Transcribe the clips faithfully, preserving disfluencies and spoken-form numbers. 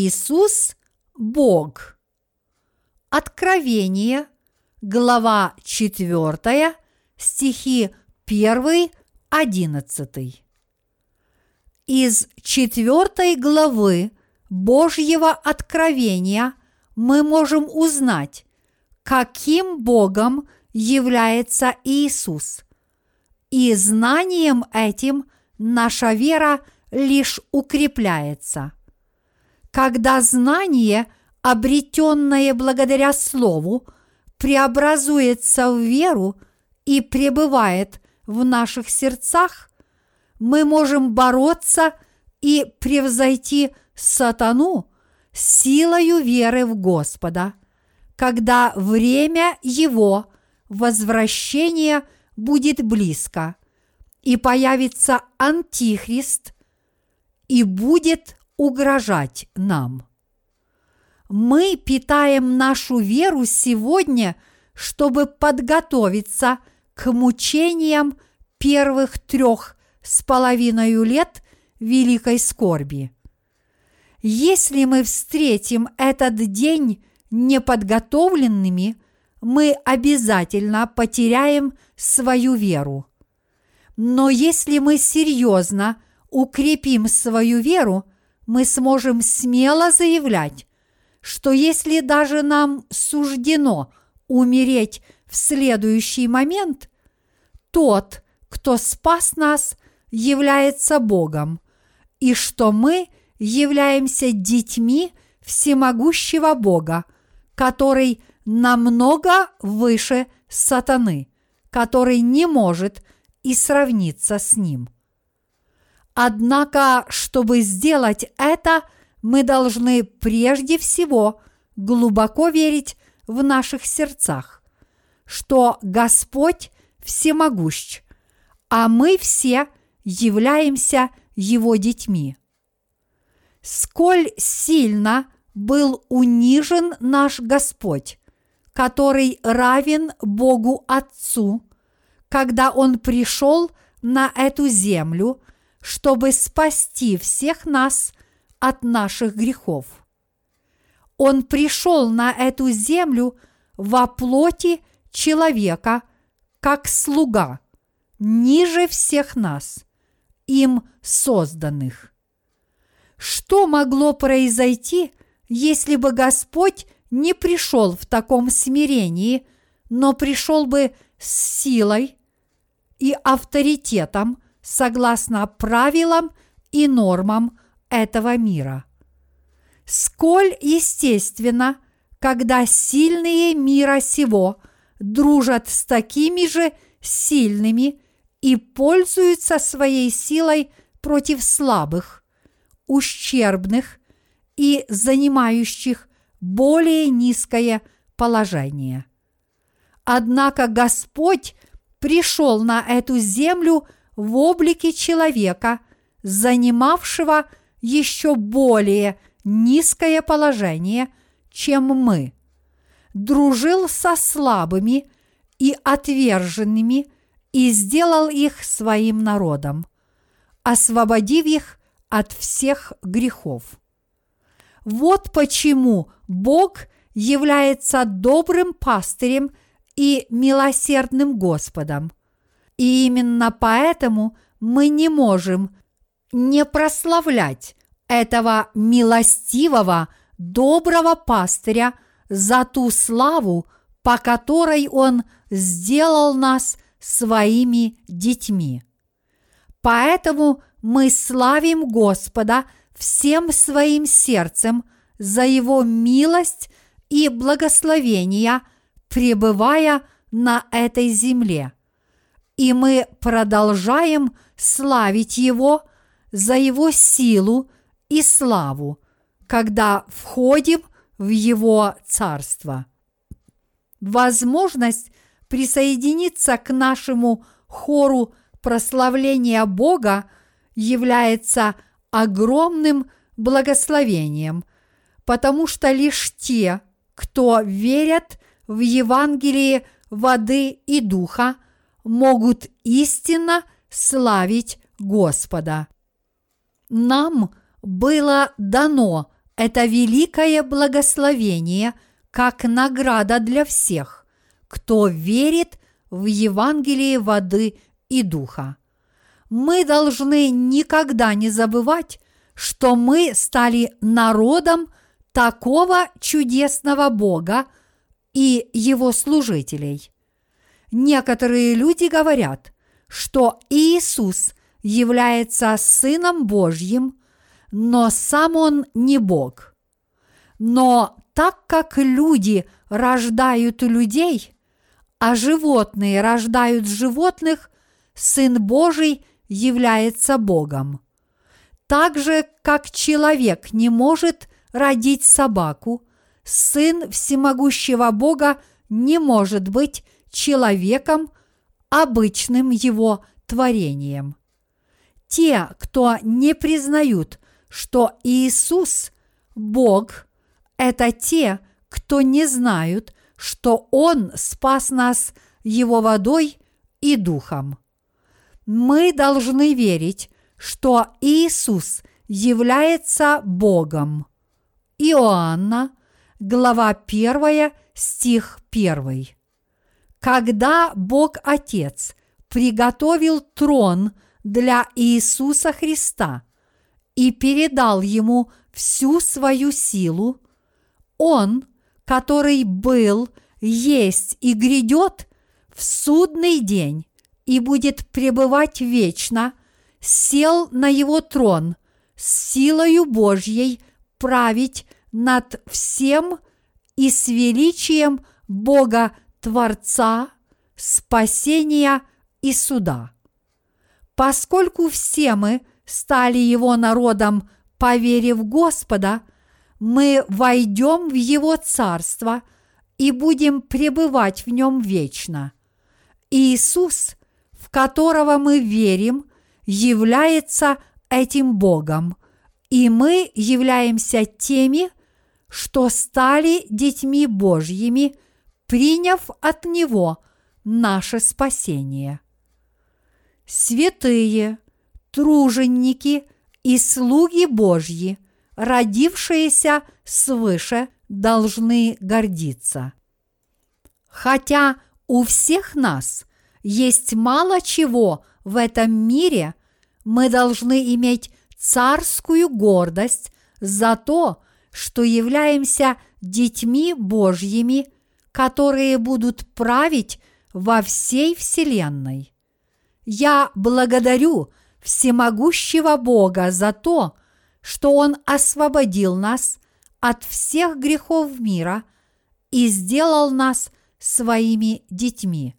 Иисус – Бог. Откровение, глава четвёртая, стихи первый, одиннадцатый. Из четвёртой главы Божьего откровения мы можем узнать, каким Богом является Иисус. И знанием этим наша вера лишь укрепляется. Когда знание, обретенное благодаря Слову, преобразуется в веру и пребывает в наших сердцах, мы можем бороться и превзойти сатану силою веры в Господа, когда время Его возвращения будет близко, и появится Антихрист и будет угрожать нам. Мы питаем нашу веру сегодня, чтобы подготовиться к мучениям первых трех с половиной лет великой скорби. Если мы встретим этот день неподготовленными, мы обязательно потеряем свою веру. Но если мы серьезно укрепим свою веру, мы сможем смело заявлять, что если даже нам суждено умереть в следующий момент, тот, кто спас нас, является Богом, и что мы являемся детьми всемогущего Бога, который намного выше сатаны, который не может и сравниться с ним. Однако, чтобы сделать это, мы должны прежде всего глубоко верить в наших сердцах, что Господь всемогущ, а мы все являемся Его детьми. Сколь сильно был унижен наш Господь, который равен Богу Отцу, когда Он пришел на эту землю, чтобы спасти всех нас от наших грехов. Он пришел на эту землю во плоти человека, как слуга, ниже всех нас, им созданных. Что могло произойти, если бы Господь не пришел в таком смирении, но пришел бы с силой и авторитетом, согласно правилам и нормам этого мира? Сколь естественно, когда сильные мира сего дружат с такими же сильными и пользуются своей силой против слабых, ущербных и занимающих более низкое положение. Однако Господь пришел на эту землю в облике человека, занимавшего еще более низкое положение, чем мы, дружил со слабыми и отверженными и сделал их своим народом, освободив их от всех грехов. Вот почему Бог является добрым пастырем и милосердным Господом. И именно поэтому мы не можем не прославлять этого милостивого, доброго пастыря за ту славу, по которой Он сделал нас своими детьми. Поэтому мы славим Господа всем своим сердцем за Его милость и благословения, пребывая на этой земле. И мы продолжаем славить Его за Его силу и славу, когда входим в Его Царство. Возможность присоединиться к нашему хору прославления Бога является огромным благословением, потому что лишь те, кто верят в Евангелие воды и духа, могут истинно славить Господа. Нам было дано это великое благословение как награда для всех, кто верит в Евангелие воды и духа. Мы должны никогда не забывать, что мы стали народом такого чудесного Бога и Его служителей. Некоторые люди говорят, что Иисус является Сыном Божьим, но сам Он не Бог. Но так как люди рождают людей, а животные рождают животных, Сын Божий является Богом. Так же, как человек не может родить собаку, Сын всемогущего Бога не может быть человеком, обычным его творением. Те, кто не признают, что Иисус – Бог, это те, кто не знают, что Он спас нас Его водой и Духом. Мы должны верить, что Иисус является Богом. Иоанна, глава первая, стих первый. Когда Бог Отец приготовил трон для Иисуса Христа и передал Ему всю свою силу, Он, который был, есть и грядет в судный день и будет пребывать вечно, сел на Его трон с силою Божьей править над всем и с величием Бога Творца, спасения и суда. Поскольку все мы стали Его народом по вере в Господа, мы войдем в Его Царство и будем пребывать в нем вечно. Иисус, в которого мы верим, является этим Богом, и мы являемся теми, что стали детьми Божьими, приняв от Него наше спасение. Святые, труженики и слуги Божьи, родившиеся свыше, должны гордиться. Хотя у всех нас есть мало чего в этом мире, мы должны иметь царскую гордость за то, что являемся детьми Божьими, которые будут править во всей вселенной. Я благодарю всемогущего Бога за то, что Он освободил нас от всех грехов мира и сделал нас своими детьми.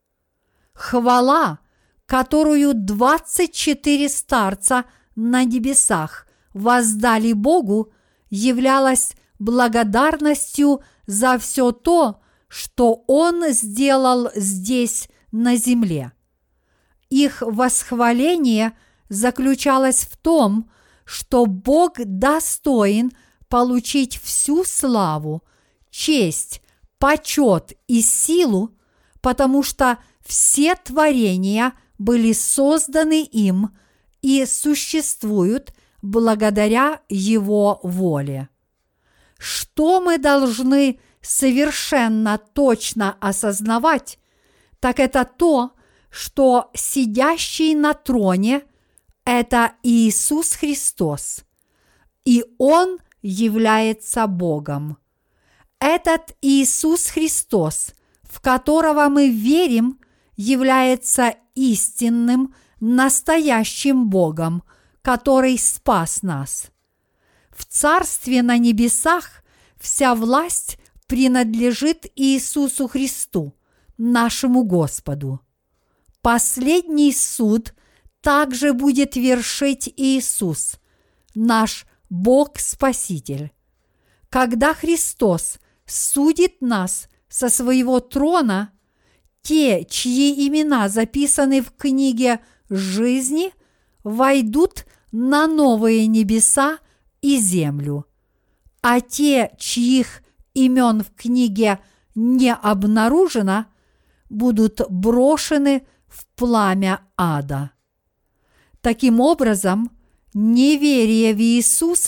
Хвала, которую двадцать четыре старца на небесах воздали Богу, являлась благодарностью за все то, что Он сделал здесь на земле. Их восхваление заключалось в том, что Бог достоин получить всю славу, честь, почет и силу, потому что все творения были созданы им и существуют благодаря Его воле. Что мы должны совершенно точно осознавать, так это то, что сидящий на троне – это Иисус Христос, и Он является Богом. Этот Иисус Христос, в которого мы верим, является истинным, настоящим Богом, который спас нас. В Царстве на небесах вся власть принадлежит Иисусу Христу, нашему Господу. Последний суд также будет вершить Иисус, наш Бог-Спаситель. Когда Христос судит нас со своего трона, те, чьи имена записаны в книге жизни, войдут на новые небеса и землю, а те, чьих имен в книге не обнаружено, будут брошены в пламя ада. Таким образом, неверие в Иисуса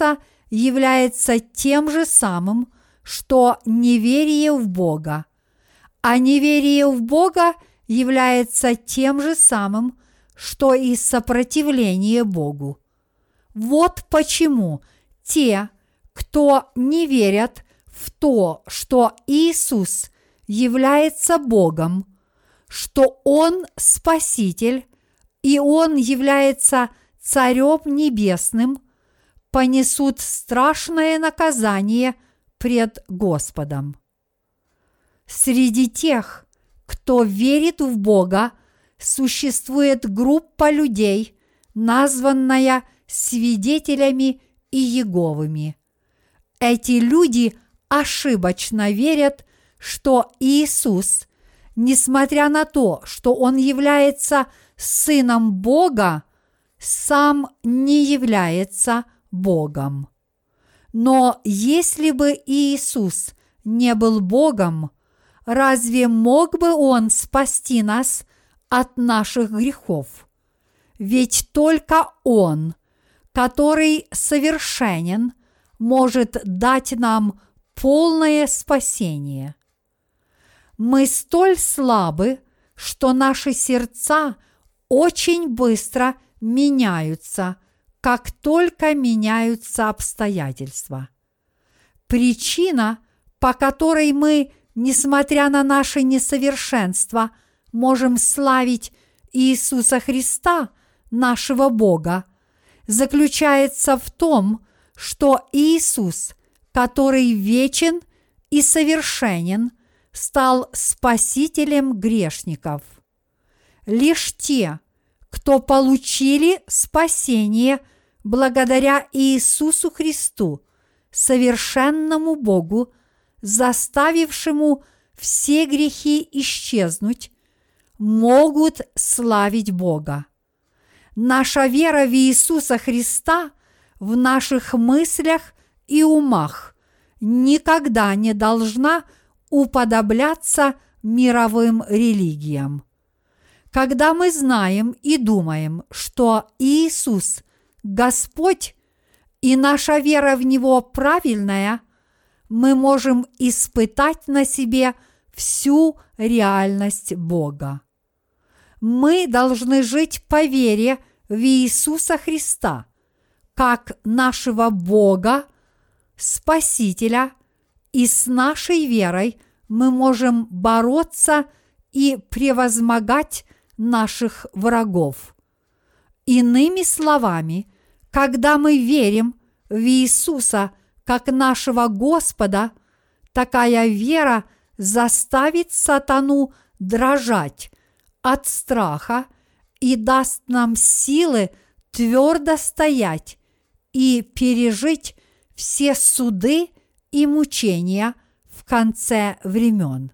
является тем же самым, что неверие в Бога, а неверие в Бога является тем же самым, что и сопротивление Богу. Вот почему те, кто не верят в то, что Иисус является Богом, что Он Спаситель и Он является Царем Небесным, понесут страшное наказание пред Господом. Среди тех, кто верит в Бога, существует группа людей, названная свидетелями Иеговыми. Эти люди ошибочно верят, что Иисус, несмотря на то, что Он является Сыном Бога, сам не является Богом. Но если бы Иисус не был Богом, разве мог бы Он спасти нас от наших грехов? Ведь только Он, который совершенен, может дать нам полное спасение. Мы столь слабы, что наши сердца очень быстро меняются, как только меняются обстоятельства. Причина, по которой мы, несмотря на наше несовершенство, можем славить Иисуса Христа, нашего Бога, заключается в том, что Иисус, который вечен и совершенен, стал спасителем грешников. Лишь те, кто получили спасение благодаря Иисусу Христу, совершенному Богу, заставившему все грехи исчезнуть, могут славить Бога. Наша вера в Иисуса Христа в наших мыслях и умах никогда не должна уподобляться мировым религиям. Когда мы знаем и думаем, что Иисус – Господь, и наша вера в Него правильная, мы можем испытать на себе всю реальность Бога. Мы должны жить по вере в Иисуса Христа, как нашего Бога, Спасителя, и с нашей верой мы можем бороться и превозмогать наших врагов. Иными словами, когда мы верим в Иисуса как нашего Господа, такая вера заставит сатану дрожать от страха и даст нам силы твердо стоять и пережить все суды и мучения в конце времен.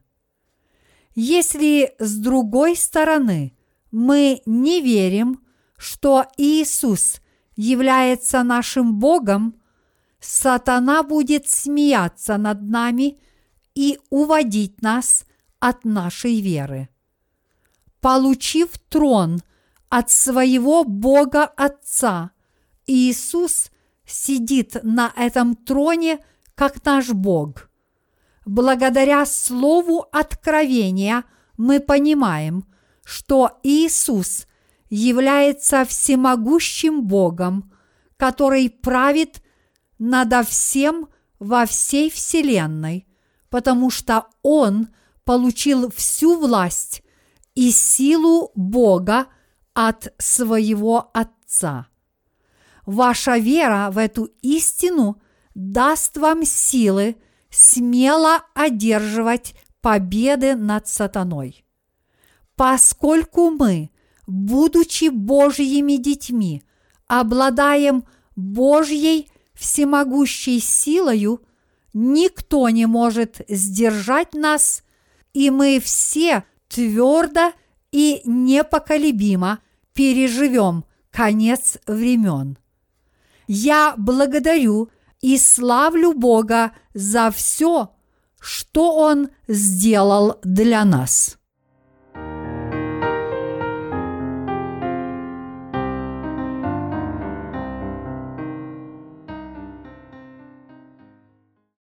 Если с другой стороны мы не верим, что Иисус является нашим Богом, сатана будет смеяться над нами и уводить нас от нашей веры. Получив трон от своего Бога Отца, Иисус сидит на этом троне как наш Бог. Благодаря слову откровения мы понимаем, что Иисус является всемогущим Богом, который правит надо всем во всей вселенной, потому что Он получил всю власть и силу Бога от своего Отца. Ваша вера в эту истину даст вам силы смело одерживать победы над сатаной. Поскольку мы, будучи Божьими детьми, обладаем Божьей всемогущей силою, никто не может сдержать нас, и мы все твердо и непоколебимо переживем конец времен. Я благодарю и славлю Бога за все, что Он сделал для нас.